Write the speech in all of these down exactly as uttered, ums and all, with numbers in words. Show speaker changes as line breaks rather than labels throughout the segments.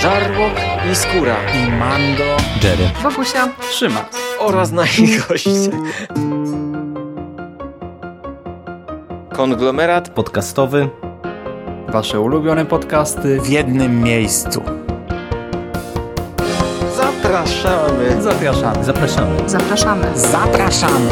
Żarłok i Skóra
i Mando,
Jerry,
Wokusia,
Szymas
oraz nasi goście. Konglomerat
podcastowy.
Wasze ulubione podcasty
w jednym miejscu.
Zapraszamy.
Zapraszamy.
Zapraszamy.
zapraszamy.
Zapraszamy.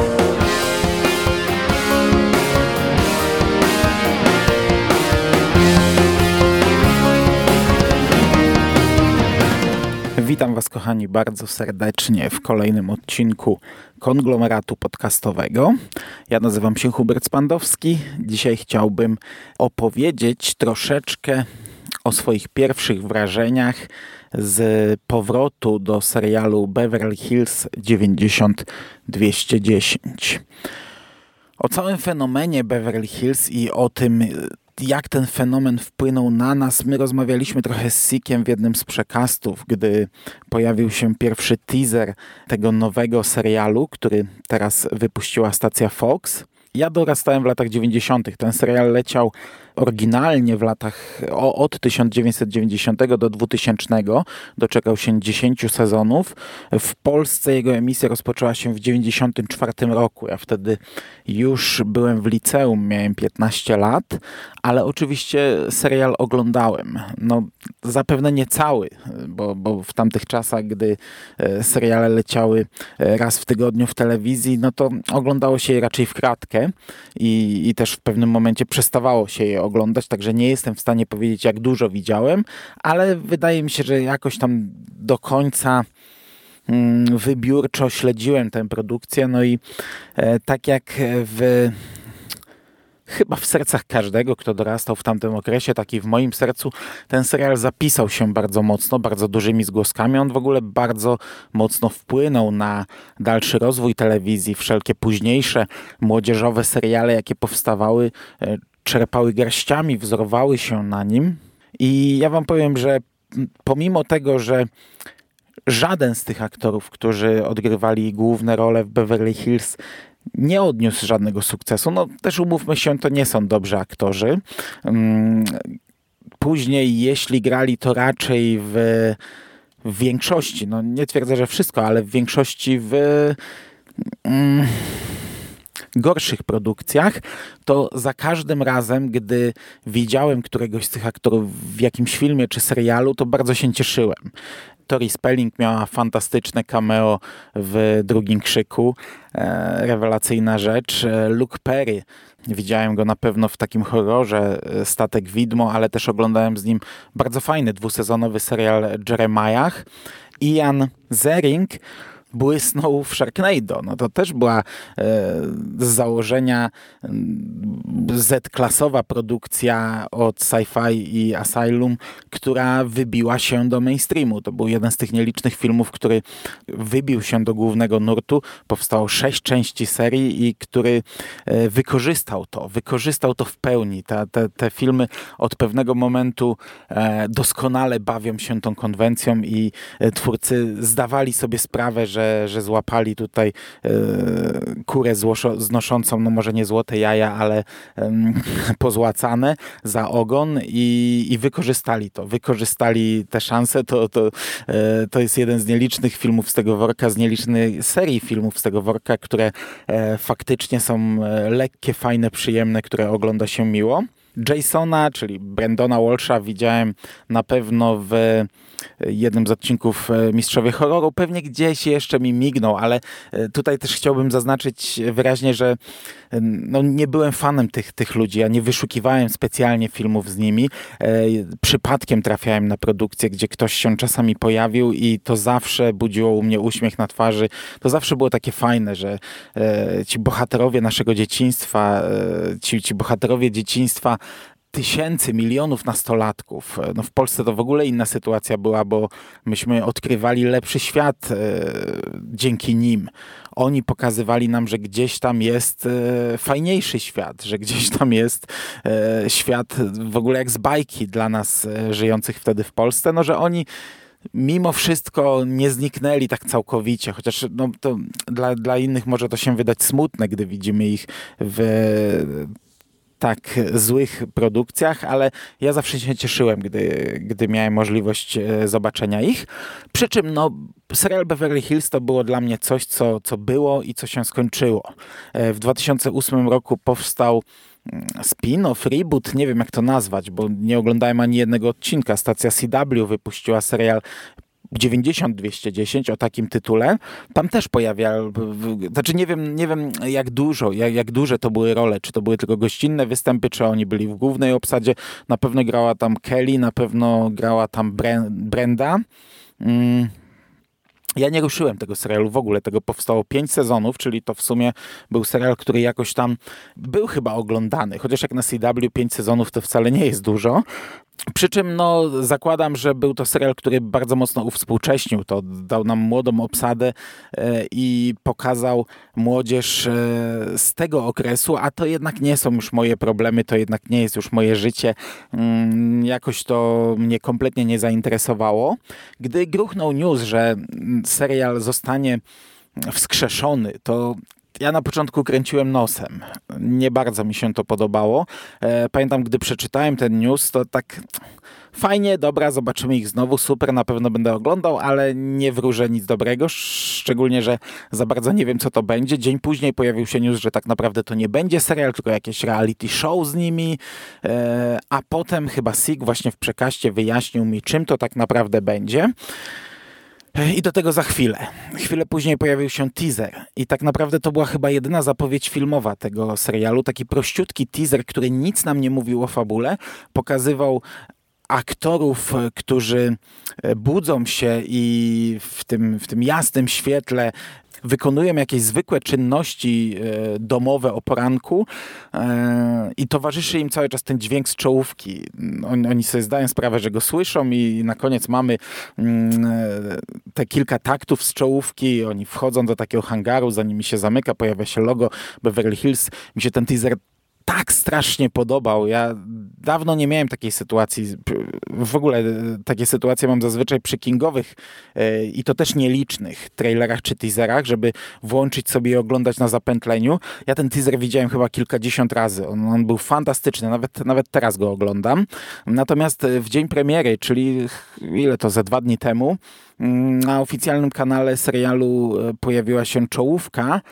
Witam Was, kochani, bardzo serdecznie w kolejnym odcinku Konglomeratu Podcastowego. Ja nazywam się Hubert Spandowski. Dzisiaj chciałbym opowiedzieć troszeczkę o swoich pierwszych wrażeniach z powrotu do serialu Beverly Hills dziewięćdziesiąt dwieście dziesięć. O całym fenomenie Beverly Hills i o tym, jak ten fenomen wpłynął na nas, my rozmawialiśmy trochę z Sikiem w jednym z przekastów, gdy pojawił się pierwszy teaser tego nowego serialu, który teraz wypuściła stacja Fox. Ja dorastałem w latach dziewięćdziesiątych. Ten serial leciał oryginalnie w latach o, od tysiąc dziewięćset dziewięćdziesiątego do dwutysięcznego. Doczekał się dziesięciu sezonów. W Polsce jego emisja rozpoczęła się w dziewięćdziesiątym czwartym roku. Ja wtedy już byłem w liceum, miałem piętnaście lat, ale oczywiście serial oglądałem. No, zapewne nie cały, bo, bo w tamtych czasach, gdy seriale leciały raz w tygodniu w telewizji, no to oglądało się je raczej w kratkę i, i też w pewnym momencie przestawało się je oglądać, także nie jestem w stanie powiedzieć, jak dużo widziałem, ale wydaje mi się, że jakoś tam do końca mm, wybiórczo śledziłem tę produkcję, no i e, tak jak w chyba w sercach każdego, kto dorastał w tamtym okresie, tak i w moim sercu, ten serial zapisał się bardzo mocno, bardzo dużymi zgłoskami. On w ogóle bardzo mocno wpłynął na dalszy rozwój telewizji. Wszelkie późniejsze młodzieżowe seriale, jakie powstawały, e, czerpały garściami, wzorowały się na nim. I ja wam powiem, że pomimo tego, że żaden z tych aktorów, którzy odgrywali główne role w Beverly Hills, nie odniósł żadnego sukcesu. No też umówmy się, to nie są dobrzy aktorzy. Później, jeśli grali, to raczej w, w większości, no nie twierdzę, że wszystko, ale w większości w mm, gorszych produkcjach, to za każdym razem, gdy widziałem któregoś z tych aktorów w jakimś filmie czy serialu, to bardzo się cieszyłem. Tori Spelling miała fantastyczne cameo w Drugim Krzyku. E, rewelacyjna rzecz. Luke Perry. Widziałem go na pewno w takim horrorze Statek Widmo, ale też oglądałem z nim bardzo fajny dwusezonowy serial Jeremiah. Ian Ziering błysnął w Sharknado. No to też była e, z założenia Z-klasowa produkcja od Sci-Fi i Asylum, która wybiła się do mainstreamu. To był jeden z tych nielicznych filmów, który wybił się do głównego nurtu. Powstało sześć części serii i który e, wykorzystał to. Wykorzystał to w pełni. Te, te, te filmy od pewnego momentu e, doskonale bawią się tą konwencją i e, twórcy zdawali sobie sprawę, że Że, że złapali tutaj e, kurę złoszo, znoszącą, no może nie złote jaja, ale e, pozłacane za ogon i, i wykorzystali to. Wykorzystali te szanse. To, to, e, to jest jeden z nielicznych filmów z tego worka, z nielicznej serii filmów z tego worka, które e, faktycznie są lekkie, fajne, przyjemne, które ogląda się miło. Jasona, czyli Brandona Walsha, widziałem na pewno w jednym z odcinków Mistrzowie Horroru. Pewnie gdzieś jeszcze mi mignął, ale tutaj też chciałbym zaznaczyć wyraźnie, że no, nie byłem fanem tych, tych ludzi. Ja nie wyszukiwałem specjalnie filmów z nimi. Przypadkiem trafiałem na produkcję, gdzie ktoś się czasami pojawił i to zawsze budziło u mnie uśmiech na twarzy. To zawsze było takie fajne, że ci bohaterowie naszego dzieciństwa, ci, ci bohaterowie dzieciństwa tysięcy, milionów nastolatków. No w Polsce to w ogóle inna sytuacja była, bo myśmy odkrywali lepszy świat e, dzięki nim. Oni pokazywali nam, że gdzieś tam jest e, fajniejszy świat, że gdzieś tam jest e, świat w ogóle jak z bajki dla nas e, żyjących wtedy w Polsce, no że oni mimo wszystko nie zniknęli tak całkowicie, chociaż no, to dla, dla innych może to się wydać smutne, gdy widzimy ich w tak złych produkcjach, ale ja zawsze się cieszyłem, gdy, gdy miałem możliwość zobaczenia ich. Przy czym no, serial Beverly Hills to było dla mnie coś, co, co było i co się skończyło. W dwa tysiące ósmym roku powstał spin-off, reboot, nie wiem jak to nazwać, bo nie oglądałem ani jednego odcinka. Stacja C W wypuściła serial dziewięćdziesiąt dwieście dziesięć o takim tytule. Tam też pojawia, znaczy nie wiem, nie wiem jak dużo, jak, jak duże to były role, czy to były tylko gościnne występy, czy oni byli w głównej obsadzie. Na pewno grała tam Kelly, na pewno grała tam Bre- Brenda. Mm. Ja nie ruszyłem tego serialu w ogóle, tego powstało pięć sezonów, czyli to w sumie był serial, który jakoś tam był chyba oglądany, chociaż jak na C W pięć sezonów to wcale nie jest dużo. Przy czym no, zakładam, że był to serial, który bardzo mocno uwspółcześnił to, dał nam młodą obsadę e, i pokazał młodzież e, z tego okresu, a to jednak nie są już moje problemy, to jednak nie jest już moje życie. Mm, jakoś to mnie kompletnie nie zainteresowało. Gdy gruchnął news, że serial zostanie wskrzeszony, to ja na początku kręciłem nosem. Nie bardzo mi się to podobało. Pamiętam, gdy przeczytałem ten news, to tak fajnie, dobra, zobaczymy ich znowu, super, na pewno będę oglądał, ale nie wróżę nic dobrego, szczególnie, że za bardzo nie wiem, co to będzie. Dzień później pojawił się news, że tak naprawdę to nie będzie serial, tylko jakieś reality show z nimi, a potem chyba Sig właśnie w przekaście wyjaśnił mi, czym to tak naprawdę będzie. I do tego za chwilę. Chwilę później pojawił się teaser i tak naprawdę to była chyba jedyna zapowiedź filmowa tego serialu. Taki prościutki teaser, który nic nam nie mówił o fabule. Pokazywał aktorów, którzy budzą się i w tym, w tym jasnym świetle wykonują jakieś zwykłe czynności domowe o poranku i towarzyszy im cały czas ten dźwięk z czołówki. Oni, oni sobie zdają sprawę, że go słyszą i na koniec mamy te kilka taktów z czołówki. Oni wchodzą do takiego hangaru, za nimi się zamyka, pojawia się logo Beverly Hills. Mi się ten teaser tak strasznie podobał. Ja dawno nie miałem takiej sytuacji. W ogóle takie sytuacje mam zazwyczaj przy kingowych yy, i to też nielicznych trailerach czy teaserach, żeby włączyć sobie i oglądać na zapętleniu. Ja ten teaser widziałem chyba kilkadziesiąt razy. On, on był fantastyczny. Nawet, nawet teraz go oglądam. Natomiast w dzień premiery, czyli ile to, ze dwa dni temu, na oficjalnym kanale serialu pojawiła się czołówka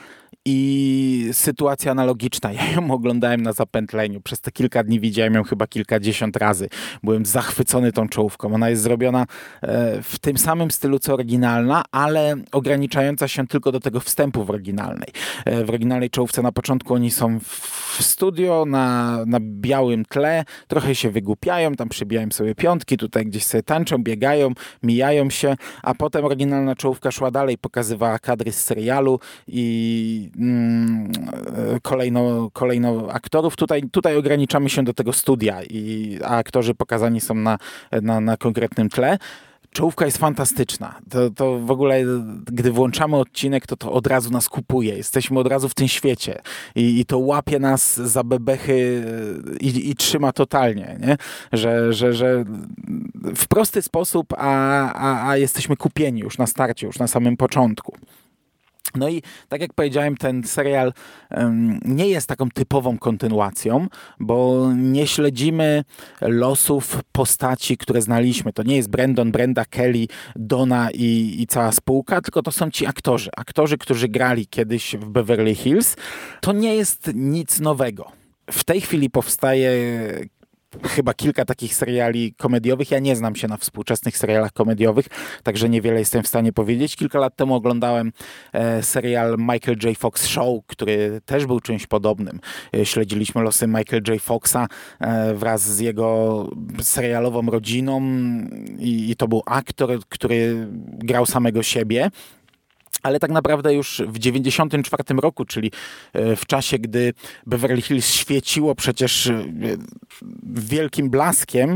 i sytuacja analogiczna. Ja ją oglądałem na zapętleniu. Przez te kilka dni widziałem ją chyba kilkadziesiąt razy. Byłem zachwycony tą czołówką. Ona jest zrobiona w tym samym stylu co oryginalna, ale ograniczająca się tylko do tego wstępu w oryginalnej. W oryginalnej czołówce na początku oni są w studio na, na białym tle, trochę się wygłupiają, tam przybijają sobie piątki, tutaj gdzieś sobie tańczą, biegają, mijają się, a potem oryginalna czołówka szła dalej, pokazywała kadry z serialu i mm, kolejno, kolejno aktorów. Tutaj, tutaj ograniczamy się do tego studia, i, a aktorzy pokazani są na, na, na konkretnym tle. Czołówka jest fantastyczna. To, to w ogóle, gdy włączamy odcinek, to to od razu nas kupuje. Jesteśmy od razu w tym świecie. I, i to łapie nas za bebechy i, i trzyma totalnie, nie? Że, że, że w prosty sposób, a, a, a jesteśmy kupieni już na starcie, już na samym początku. No i tak jak powiedziałem, ten serial um, nie jest taką typową kontynuacją, bo nie śledzimy losów postaci, które znaliśmy. To nie jest Brandon, Brenda, Kelly, Donna i, i cała spółka, tylko to są ci aktorzy. Aktorzy, którzy grali kiedyś w Beverly Hills. To nie jest nic nowego. W tej chwili powstaje chyba kilka takich seriali komediowych. Ja nie znam się na współczesnych serialach komediowych, także niewiele jestem w stanie powiedzieć. Kilka lat temu oglądałem e, serial Michael J. Fox Show, który też był czymś podobnym. E, śledziliśmy losy Michael J. Foxa e, wraz z jego serialową rodziną i, i to był aktor, który grał samego siebie. Ale tak naprawdę już w dziewięćdziesiątym czwartym roku, czyli w czasie, gdy Beverly Hills świeciło przecież wielkim blaskiem,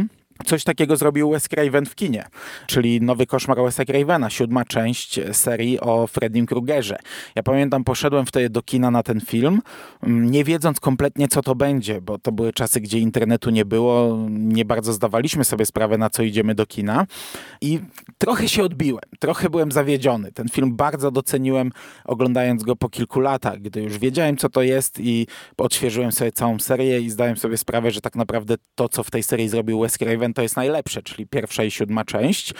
Coś takiego zrobił Wes Craven w kinie, czyli Nowy koszmar Wesa Cravena, siódma część serii o Freddym Krugerze. Ja pamiętam, poszedłem wtedy do kina na ten film, nie wiedząc kompletnie, co to będzie, bo to były czasy, gdzie internetu nie było, nie bardzo zdawaliśmy sobie sprawę, na co idziemy do kina i trochę się odbiłem, trochę byłem zawiedziony. Ten film bardzo doceniłem, oglądając go po kilku latach, gdy już wiedziałem, co to jest i odświeżyłem sobie całą serię i zdałem sobie sprawę, że tak naprawdę to, co w tej serii zrobił Wes Craven, to jest najlepsze, czyli pierwsza i siódma część.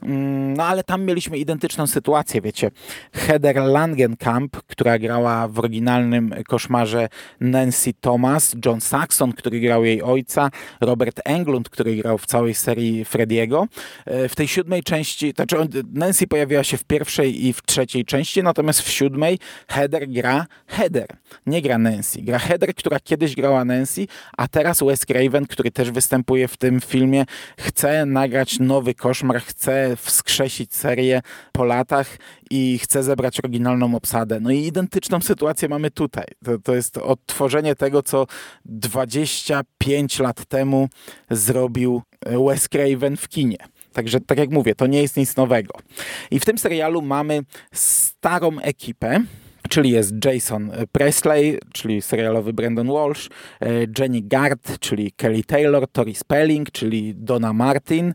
No ale tam mieliśmy identyczną sytuację, wiecie. Heather Langenkamp, która grała w oryginalnym koszmarze Nancy Thomas, John Saxon, który grał jej ojca, Robert Englund, który grał w całej serii Frediego. W tej siódmej części, to znaczy Nancy pojawiła się w pierwszej i w trzeciej części, natomiast w siódmej Heather gra Heather. Nie gra Nancy. Gra Heather, która kiedyś grała Nancy, a teraz Wes Craven, który też występuje w tym filmie, chce nagrać nowy koszmar, chce wskrzesić serię po latach i chce zebrać oryginalną obsadę. No i identyczną sytuację mamy tutaj. To, to jest odtworzenie tego, co dwadzieścia pięć lat temu zrobił Wes Craven w kinie. Także tak jak mówię, to nie jest nic nowego. I w tym serialu mamy starą ekipę, czyli jest Jason Presley, czyli serialowy Brandon Walsh, Jenny Gard, czyli Kelly Taylor, Tori Spelling, czyli Donna Martin,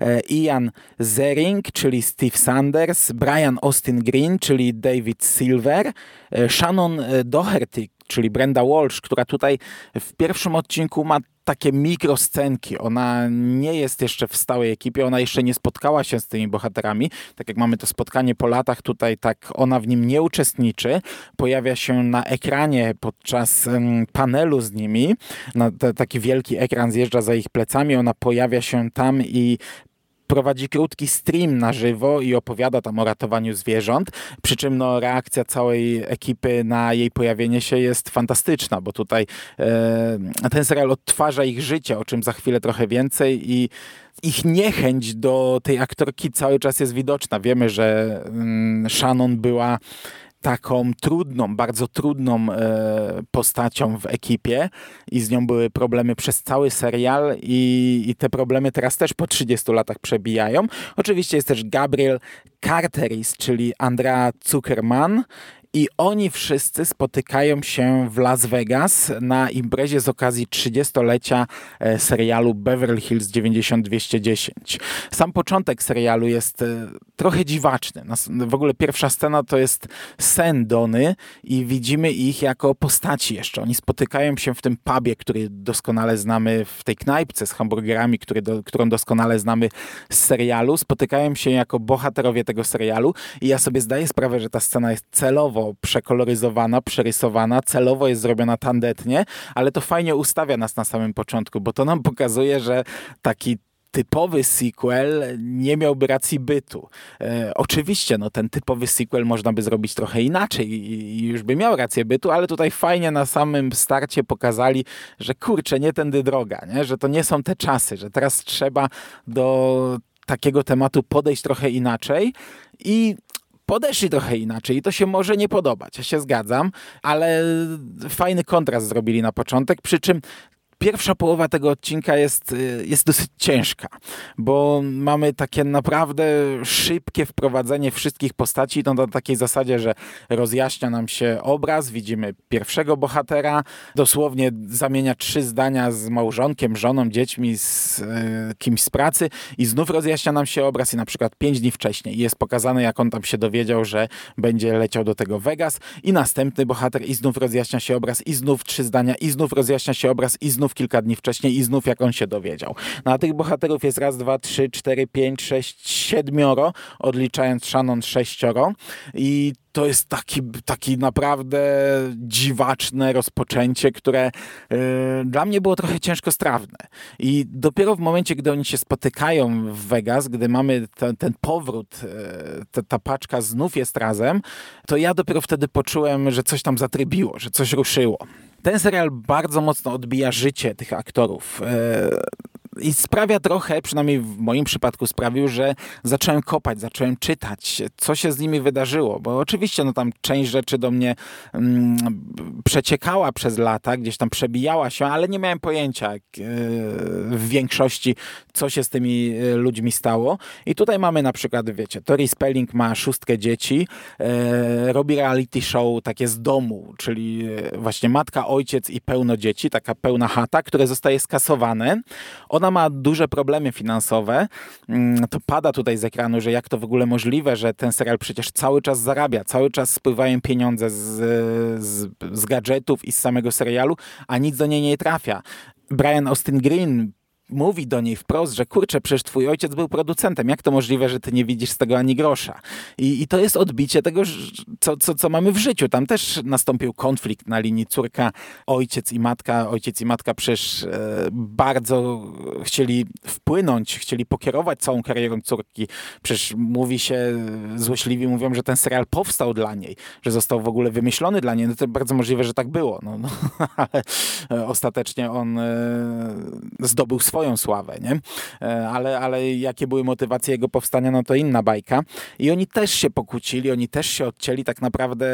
Ian Ziering, czyli Steve Sanders, Brian Austin Green, czyli David Silver, Shannon Doherty, czyli Brenda Walsh, która tutaj w pierwszym odcinku ma takie mikroscenki. Ona nie jest jeszcze w stałej ekipie, ona jeszcze nie spotkała się z tymi bohaterami. Tak jak mamy to spotkanie po latach tutaj, tak ona w nim nie uczestniczy. Pojawia się na ekranie podczas um, panelu z nimi. Na te, taki wielki ekran zjeżdża za ich plecami, ona pojawia się tam i prowadzi krótki stream na żywo i opowiada tam o ratowaniu zwierząt, przy czym no, reakcja całej ekipy na jej pojawienie się jest fantastyczna, bo tutaj e, ten serial odtwarza ich życie, o czym za chwilę trochę więcej i ich niechęć do tej aktorki cały czas jest widoczna. Wiemy, że mm, Shannon była taką trudną, bardzo trudną e, postacią w ekipie i z nią były problemy przez cały serial i, i te problemy teraz też po trzydziestu latach przebijają. Oczywiście jest też Gabriel Carteris, czyli Andrea Zuckerman i oni wszyscy spotykają się w Las Vegas na imprezie z okazji trzydziestolecia serialu Beverly Hills dziewięćdziesiąt dwieście dziesięć. Sam początek serialu jest trochę dziwaczny. W ogóle pierwsza scena to jest sen Dony i widzimy ich jako postaci jeszcze. Oni spotykają się w tym pubie, który doskonale znamy, w tej knajpce z hamburgerami, który do, którą doskonale znamy z serialu. Spotykają się jako bohaterowie tego serialu i ja sobie zdaję sprawę, że ta scena jest celowo przekoloryzowana, przerysowana, celowo jest zrobiona tandetnie, ale to fajnie ustawia nas na samym początku, bo to nam pokazuje, że taki typowy sequel nie miałby racji bytu. E, oczywiście, no ten typowy sequel można by zrobić trochę inaczej i, i już by miał rację bytu, ale tutaj fajnie na samym starcie pokazali, że kurczę, nie tędy droga, nie? Że to nie są te czasy, że teraz trzeba do takiego tematu podejść trochę inaczej i podeszli trochę inaczej i to się może nie podobać, ja się zgadzam, ale fajny kontrast zrobili na początek, przy czym pierwsza połowa tego odcinka jest, jest dosyć ciężka, bo mamy takie naprawdę szybkie wprowadzenie wszystkich postaci, to na takiej zasadzie, że rozjaśnia nam się obraz, widzimy pierwszego bohatera, dosłownie zamienia trzy zdania z małżonkiem, żoną, dziećmi, z y, kimś z pracy i znów rozjaśnia nam się obraz i na przykład pięć dni wcześniej jest pokazane, jak on tam się dowiedział, że będzie leciał do tego Vegas i następny bohater i znów rozjaśnia się obraz i znów trzy zdania i znów rozjaśnia się obraz i znów kilka dni wcześniej i znów jak on się dowiedział. No a tych bohaterów jest raz, dwa, trzy, cztery, pięć, sześć, siedmioro, odliczając Shannon sześcioro i to jest taki, taki naprawdę dziwaczne rozpoczęcie, które yy, dla mnie było trochę ciężkostrawne. I dopiero w momencie, gdy oni się spotykają w Vegas, gdy mamy ten, ten powrót, yy, ta, ta paczka znów jest razem, to ja dopiero wtedy poczułem, że coś tam zatrybiło, że coś ruszyło. Ten serial bardzo mocno odbija życie tych aktorów. I sprawia trochę, przynajmniej w moim przypadku sprawił, że zacząłem kopać, zacząłem czytać, co się z nimi wydarzyło, bo oczywiście no tam część rzeczy do mnie mm, przeciekała przez lata, gdzieś tam przebijała się, ale nie miałem pojęcia jak, yy, w większości, co się z tymi yy, ludźmi stało. I tutaj mamy na przykład, wiecie, Tori Spelling ma szóstkę dzieci, yy, robi reality show takie z domu, czyli yy, właśnie matka, ojciec i pełno dzieci, taka pełna chata, które zostaje skasowane. Ona ma duże problemy finansowe. To pada tutaj z ekranu, że jak to w ogóle możliwe, że ten serial przecież cały czas zarabia, cały czas spływają pieniądze z, z, z gadżetów i z samego serialu, a nic do niej nie trafia. Brian Austin Green mówi do niej wprost, że kurczę, przecież twój ojciec był producentem. Jak to możliwe, że ty nie widzisz z tego ani grosza? I, i to jest odbicie tego, co, co, co mamy w życiu. Tam też nastąpił konflikt na linii córka, ojciec i matka. Ojciec i matka przecież e, bardzo chcieli wpłynąć, chcieli pokierować całą karierą córki. Przecież mówi się, złośliwi mówią, że ten serial powstał dla niej, że został w ogóle wymyślony dla niej. No to bardzo możliwe, że tak było. No, no, ale e, ostatecznie on e, zdobył swoją sławę, nie? Ale, ale jakie były motywacje jego powstania, no to inna bajka. I oni też się pokłócili, oni też się odcięli. Tak naprawdę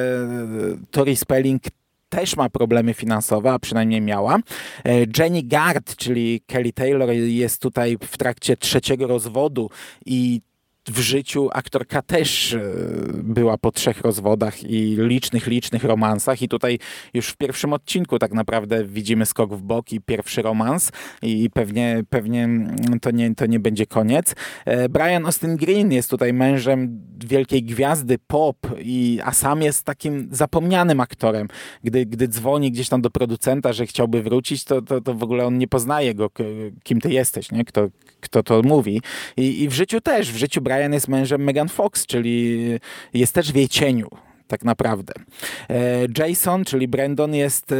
Tori Spelling też ma problemy finansowe, a przynajmniej miała. Jenny Garth, czyli Kelly Taylor, jest tutaj w trakcie trzeciego rozwodu i w życiu aktorka też była po trzech rozwodach i licznych, licznych romansach i tutaj już w pierwszym odcinku tak naprawdę widzimy skok w bok i pierwszy romans i pewnie, pewnie to, nie, to nie będzie koniec. Brian Austin Green jest tutaj mężem wielkiej gwiazdy pop, i, a sam jest takim zapomnianym aktorem. Gdy, gdy dzwoni gdzieś tam do producenta, że chciałby wrócić, to, to, to w ogóle on nie poznaje go, kim ty jesteś, nie? Kto, kto to mówi. I, I w życiu też, w życiu Brian jest mężem Megan Fox, czyli jest też w jej cieniu, tak naprawdę. Jason, czyli Brandon, jest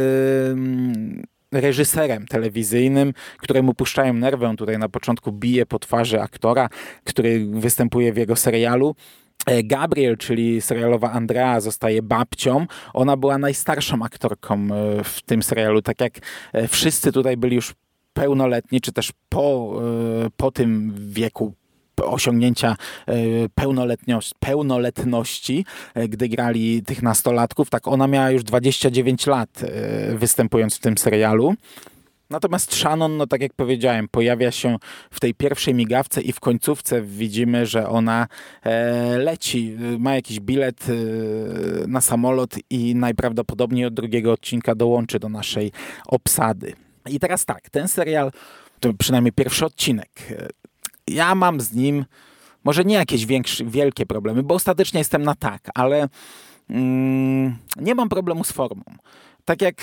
reżyserem telewizyjnym, któremu puszczają nerwę. On tutaj na początku bije po twarzy aktora, który występuje w jego serialu. Gabriel, czyli serialowa Andrea, zostaje babcią. Ona była najstarszą aktorką w tym serialu, tak jak wszyscy tutaj byli już pełnoletni, czy też po, po tym wieku osiągnięcia pełnoletności, pełnoletności, gdy grali tych nastolatków. Tak, ona miała już dwadzieścia dziewięć lat, występując w tym serialu. Natomiast Shannon, no tak jak powiedziałem, pojawia się w tej pierwszej migawce i w końcówce widzimy, że ona e, leci, ma jakiś bilet e, na samolot i najprawdopodobniej od drugiego odcinka dołączy do naszej obsady. I teraz tak, ten serial, to przynajmniej pierwszy odcinek, ja mam z nim może nie jakieś większe, wielkie problemy, bo ostatecznie jestem na tak, ale mm, nie mam problemu z formą. Tak jak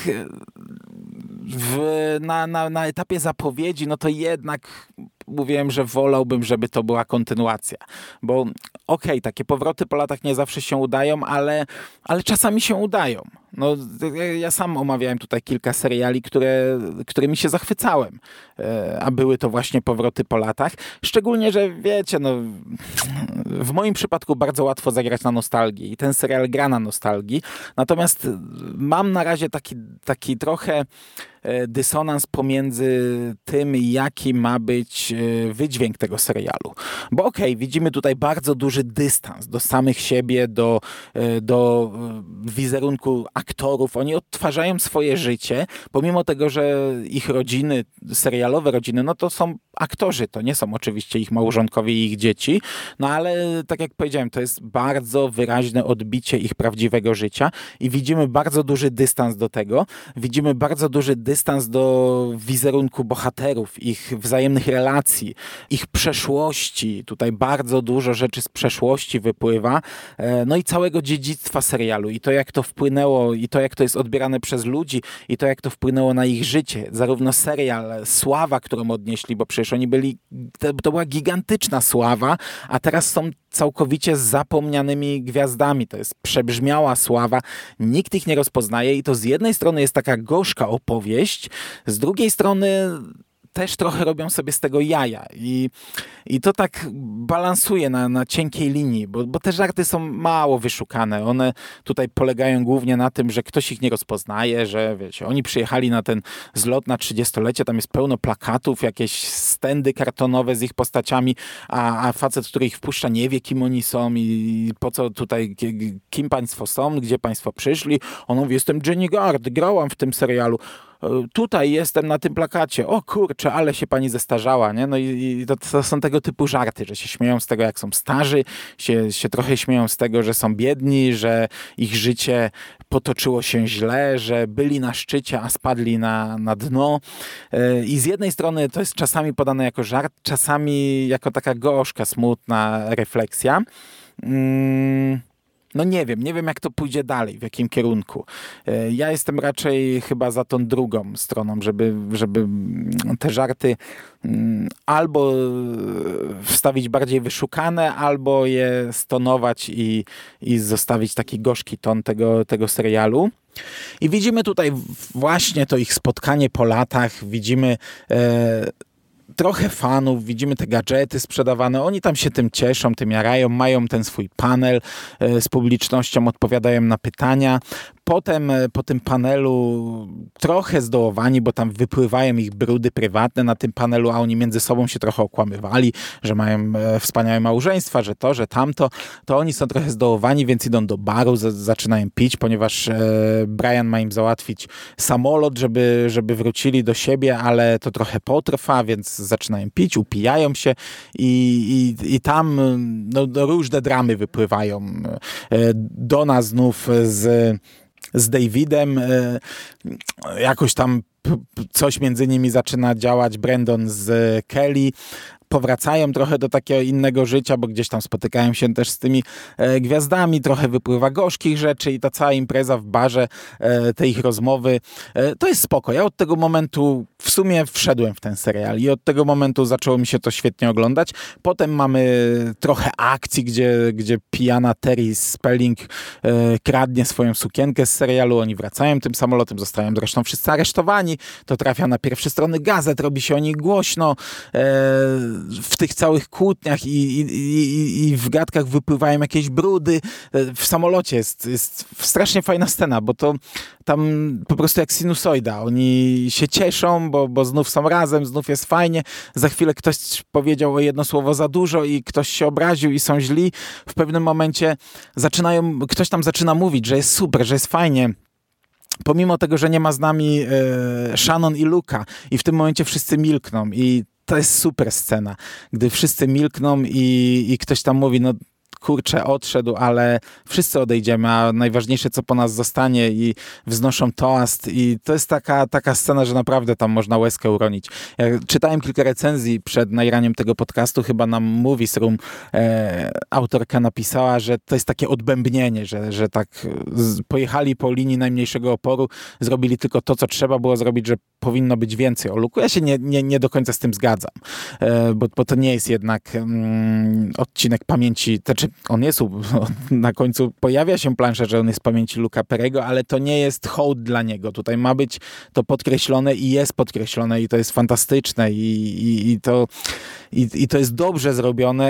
w, na, na, na etapie zapowiedzi, no to jednak mówiłem, że wolałbym, żeby to była kontynuacja. Bo okej, okay, takie powroty po latach nie zawsze się udają, ale, ale czasami się udają. No, ja sam omawiałem tutaj kilka seriali, które, którymi się zachwycałem, a były to właśnie powroty po latach. Szczególnie, że wiecie, no, w moim przypadku bardzo łatwo zagrać na nostalgii i ten serial gra na nostalgii. Natomiast mam na razie taki, taki trochę dysonans pomiędzy tym, jaki ma być wydźwięk tego serialu. Bo okej, okay, widzimy tutaj bardzo duży dystans do samych siebie, do, do wizerunku aktorów. Oni odtwarzają swoje życie, pomimo tego, że ich rodziny, serialowe rodziny, no to są aktorzy, to nie są oczywiście ich małżonkowie i ich dzieci, no ale tak jak powiedziałem, to jest bardzo wyraźne odbicie ich prawdziwego życia i widzimy bardzo duży dystans do tego. Widzimy bardzo duży dystans do wizerunku bohaterów, ich wzajemnych relacji, ich przeszłości. Tutaj bardzo dużo rzeczy z przeszłości wypływa. No i całego dziedzictwa serialu i to, jak to wpłynęło, i to, jak to jest odbierane przez ludzi, i to, jak to wpłynęło na ich życie. Zarówno serial, sława, którą odnieśli, bo przecież oni byli, to, to była gigantyczna sława, a teraz są całkowicie zapomnianymi gwiazdami. To jest przebrzmiała sława, nikt ich nie rozpoznaje i to z jednej strony jest taka gorzka opowieść, z drugiej strony też trochę robią sobie z tego jaja i, i to tak balansuje na, na cienkiej linii, bo, bo te żarty są mało wyszukane. One tutaj polegają głównie na tym, że ktoś ich nie rozpoznaje, że wiecie, oni przyjechali na ten zlot na trzydziestolecie, tam jest pełno plakatów, jakieś stędy kartonowe z ich postaciami, a, a facet, który ich wpuszcza, nie wie, kim oni są i po co tutaj, kim państwo są, gdzie państwo przyszli. On mówi, jestem Jenny Gard, grałam w tym serialu. Tutaj jestem na tym plakacie. O kurczę, ale się pani zestarzała, nie? No i, i to, to są tego typu żarty, że się śmieją z tego, jak są starzy, się, się trochę śmieją z tego, że są biedni, że ich życie potoczyło się źle, że byli na szczycie, a spadli na, na dno. I z jednej strony to jest czasami podane jako żart, czasami jako taka gorzka, smutna refleksja. Mm. No nie wiem, nie wiem jak to pójdzie dalej, w jakim kierunku. Ja jestem raczej chyba za tą drugą stroną, żeby, żeby te żarty albo wstawić bardziej wyszukane, albo je stonować i, i zostawić taki gorzki ton tego, tego serialu. I widzimy tutaj właśnie to ich spotkanie po latach, widzimy e, trochę fanów, widzimy te gadżety sprzedawane, oni tam się tym cieszą, tym jarają, mają ten swój panel e, z publicznością, odpowiadają na pytania. Potem po tym panelu trochę zdołowani, bo tam wypływają ich brudy prywatne na tym panelu, a oni między sobą się trochę okłamywali, że mają wspaniałe małżeństwa, że to, że tamto, to oni są trochę zdołowani, więc idą do baru, z- zaczynają pić, ponieważ e, Brian ma im załatwić samolot, żeby, żeby wrócili do siebie, ale to trochę potrwa, więc zaczynają pić, upijają się i, i, i tam no, różne dramy wypływają. E, Donna znów z z Davidem, jakoś tam coś między nimi zaczyna działać, Brandon z Kelly. Powracają trochę do takiego innego życia, bo gdzieś tam spotykają się też z tymi e, gwiazdami, trochę wypływa gorzkich rzeczy i ta cała impreza w barze, e, te ich rozmowy, e, to jest spoko. Ja od tego momentu w sumie wszedłem w ten serial i od tego momentu zaczęło mi się to świetnie oglądać. Potem mamy trochę akcji, gdzie, gdzie pijana Terry Spelling e, kradnie swoją sukienkę z serialu, oni wracają tym samolotem, zostają zresztą wszyscy aresztowani, to trafia na pierwsze strony gazet, robi się o nich głośno, e, w tych całych kłótniach i, i, i, i w gadkach wypływają jakieś brudy. W samolocie jest, jest strasznie fajna scena, bo to tam po prostu jak sinusoida. Oni się cieszą, bo, bo znów są razem, znów jest fajnie. Za chwilę ktoś powiedział o jedno słowo za dużo i ktoś się obraził i są źli. W pewnym momencie zaczynają, ktoś tam zaczyna mówić, że jest super, że jest fajnie. Pomimo tego, że nie ma z nami e, Shannon i Luka i w tym momencie wszyscy milkną i to jest super scena, gdy wszyscy milkną i, i ktoś tam mówi, no kurczę, odszedł, ale wszyscy odejdziemy, a najważniejsze, co po nas zostanie i wznoszą toast i to jest taka, taka scena, że naprawdę tam można łezkę uronić. Ja czytałem kilka recenzji przed nagraniem tego podcastu, chyba na Movies Room e, autorka napisała, że to jest takie odbębnienie, że, że tak z, pojechali po linii najmniejszego oporu, zrobili tylko to, co trzeba było zrobić, że powinno być więcej o Luku. Ja się nie, nie, nie do końca z tym zgadzam, e, bo, bo to nie jest jednak mm, odcinek pamięci, znaczy on jest, na końcu pojawia się plansza, że on jest z pamięci Luca Perego, ale to nie jest hołd dla niego. Tutaj ma być to podkreślone i jest podkreślone i to jest fantastyczne i, i, i, to, i, i to jest dobrze zrobione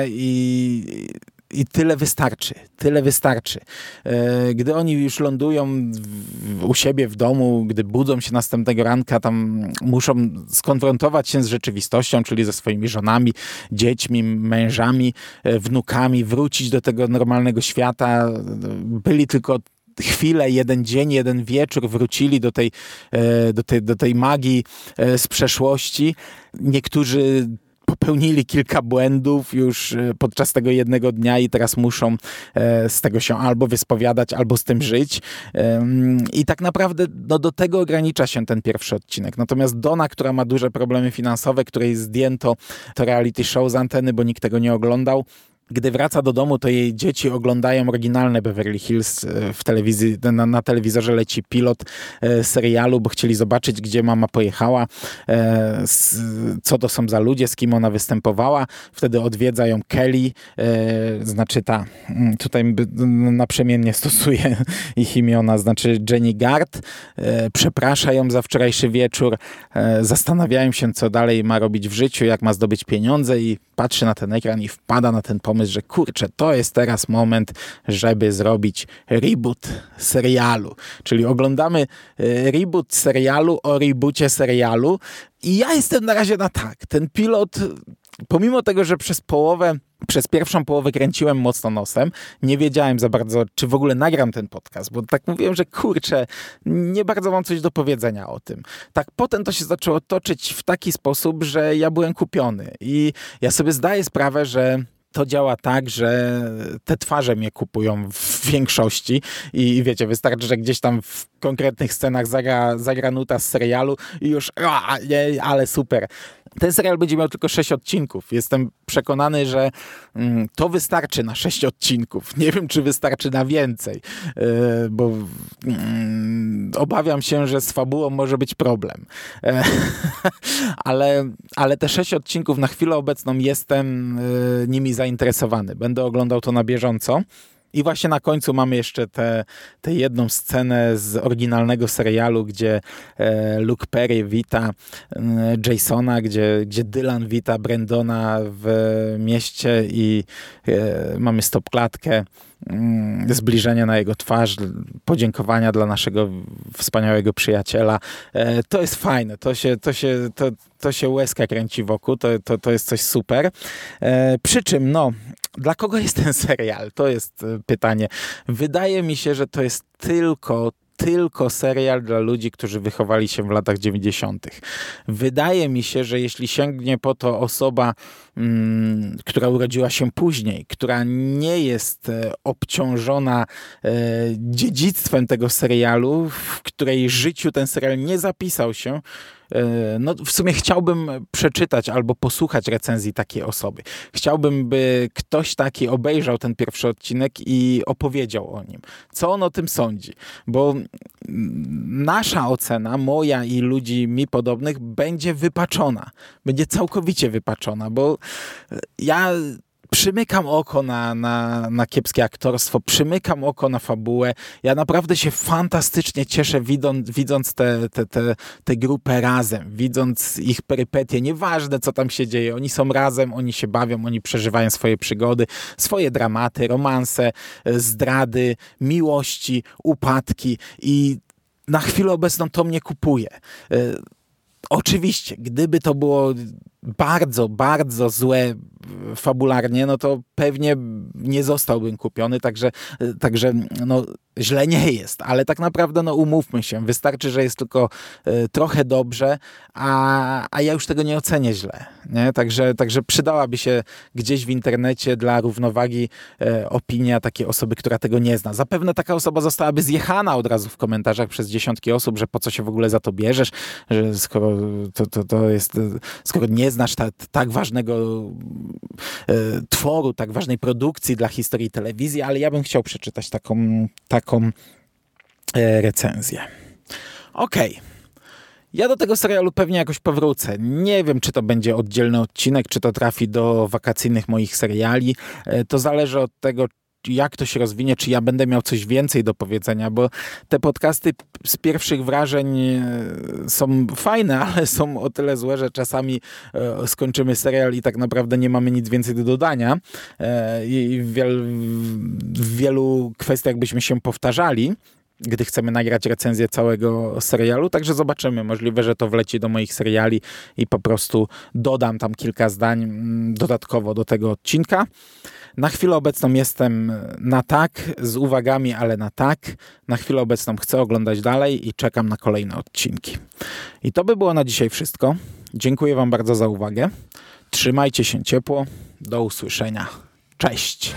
i I tyle wystarczy, tyle wystarczy. Gdy oni już lądują w, u siebie w domu, gdy budzą się następnego ranka, tam muszą skonfrontować się z rzeczywistością, czyli ze swoimi żonami, dziećmi, mężami, wnukami, wrócić do tego normalnego świata. Byli tylko chwilę, jeden dzień, jeden wieczór, wrócili do tej, do tej, do tej magii z przeszłości. Niektórzy popełnili kilka błędów już podczas tego jednego dnia i teraz muszą z tego się albo wyspowiadać, albo z tym żyć. I tak naprawdę no, do tego ogranicza się ten pierwszy odcinek. Natomiast Donna, która ma duże problemy finansowe, której zdjęto to reality show z anteny, bo nikt tego nie oglądał, gdy wraca do domu, to jej dzieci oglądają oryginalne Beverly Hills w telewizji, na, na telewizorze leci pilot e, serialu, bo chcieli zobaczyć, gdzie mama pojechała, e, z, co to są za ludzie, z kim ona występowała. Wtedy odwiedza ją Kelly, e, znaczy ta, tutaj naprzemiennie stosuje ich imiona, znaczy Jenny Gard. E, przeprasza ją za wczorajszy wieczór, e, zastanawiają się, co dalej ma robić w życiu, jak ma zdobyć pieniądze i patrzy na ten ekran i wpada na ten pomysł, pomysł, że kurczę, to jest teraz moment, żeby zrobić reboot serialu. Czyli oglądamy reboot serialu o reboocie serialu i ja jestem na razie na tak. Ten pilot, pomimo tego, że przez połowę Przez pierwszą połowę kręciłem mocno nosem. Nie wiedziałem za bardzo, czy w ogóle nagram ten podcast, bo tak mówiłem, że kurczę, nie bardzo mam coś do powiedzenia o tym. Tak potem to się zaczęło toczyć w taki sposób, że ja byłem kupiony. I ja sobie zdaję sprawę, że to działa tak, że te twarze mnie kupują w większości i wiecie, wystarczy, że gdzieś tam w konkretnych scenach zagra, zagra nuta z serialu i już, a, nie, ale super. Ten serial będzie miał tylko sześć odcinków. Jestem przekonany, że mm, to wystarczy na sześć odcinków. Nie wiem, czy wystarczy na więcej, yy, bo mm, obawiam się, że z fabułą może być problem. Yy, ale, ale te sześć odcinków na chwilę obecną jestem yy, nimi zainteresowany. Będę oglądał to na bieżąco. I właśnie na końcu mamy jeszcze tę te, te jedną scenę z oryginalnego serialu, gdzie e, Luke Perry wita e, Jasona, gdzie, gdzie Dylan wita Brandona w mieście i e, mamy stopklatkę, mm, zbliżenie na jego twarz, podziękowania dla naszego wspaniałego przyjaciela. E, to jest fajne, to się, to się, to, to się łezka kręci wokół, to, to, to jest coś super. E, przy czym, no, dla kogo jest ten serial? To jest pytanie. Wydaje mi się, że to jest tylko, tylko serial dla ludzi, którzy wychowali się w latach dziewięćdziesiątych. Wydaje mi się, że jeśli sięgnie po to osoba, mm, która urodziła się później, która nie jest e, obciążona e, dziedzictwem tego serialu, w której życiu ten serial nie zapisał się, no w sumie chciałbym przeczytać albo posłuchać recenzji takiej osoby. Chciałbym, by ktoś taki obejrzał ten pierwszy odcinek i opowiedział o nim. Co on o tym sądzi? Bo nasza ocena, moja i ludzi mi podobnych, będzie wypaczona. Będzie całkowicie wypaczona, bo ja przymykam oko na, na, na kiepskie aktorstwo, przymykam oko na fabułę. Ja naprawdę się fantastycznie cieszę, widząc, widząc tę te, te, te grupę razem, widząc ich perypetie. Nieważne, co tam się dzieje. Oni są razem, oni się bawią, oni przeżywają swoje przygody, swoje dramaty, romanse, zdrady, miłości, upadki i na chwilę obecną to mnie kupuje. Oczywiście, gdyby to było bardzo, bardzo złe fabularnie, no to pewnie nie zostałbym kupiony, także, także no, źle nie jest, ale tak naprawdę no, umówmy się, wystarczy, że jest tylko y, trochę dobrze, a, a ja już tego nie ocenię źle, nie? Także, także przydałaby się gdzieś w internecie dla równowagi y, opinia takiej osoby, która tego nie zna. Zapewne taka osoba zostałaby zjechana od razu w komentarzach przez dziesiątki osób, że po co się w ogóle za to bierzesz, że skoro to, to, to jest, skoro nie znasz ta, tak ważnego y, tworu, tak ważnej produkcji dla historii telewizji, ale ja bym chciał przeczytać taką, taką y, recenzję. Okej. Okay. Ja do tego serialu pewnie jakoś powrócę. Nie wiem, czy to będzie oddzielny odcinek, czy to trafi do wakacyjnych moich seriali. Y, to zależy od tego, jak to się rozwinie, czy ja będę miał coś więcej do powiedzenia, bo te podcasty z pierwszych wrażeń są fajne, ale są o tyle złe, że czasami skończymy serial i tak naprawdę nie mamy nic więcej do dodania i w wielu, w wielu kwestiach byśmy się powtarzali, gdy chcemy nagrać recenzję całego serialu, także zobaczymy. Możliwe, że to wleci do moich seriali i po prostu dodam tam kilka zdań dodatkowo do tego odcinka. Na chwilę obecną jestem na tak, z uwagami, ale na tak. Na chwilę obecną chcę oglądać dalej i czekam na kolejne odcinki. I to by było na dzisiaj wszystko. Dziękuję wam bardzo za uwagę. Trzymajcie się ciepło. Do usłyszenia. Cześć!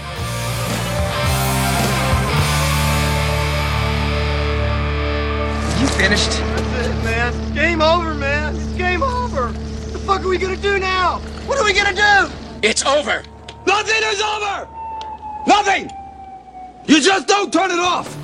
You finished? That's it, man. It's game over, man. It's game over. What the fuck are we gonna do now? What are we gonna do?
It's over.
Nothing is over! Nothing! You just don't turn it off!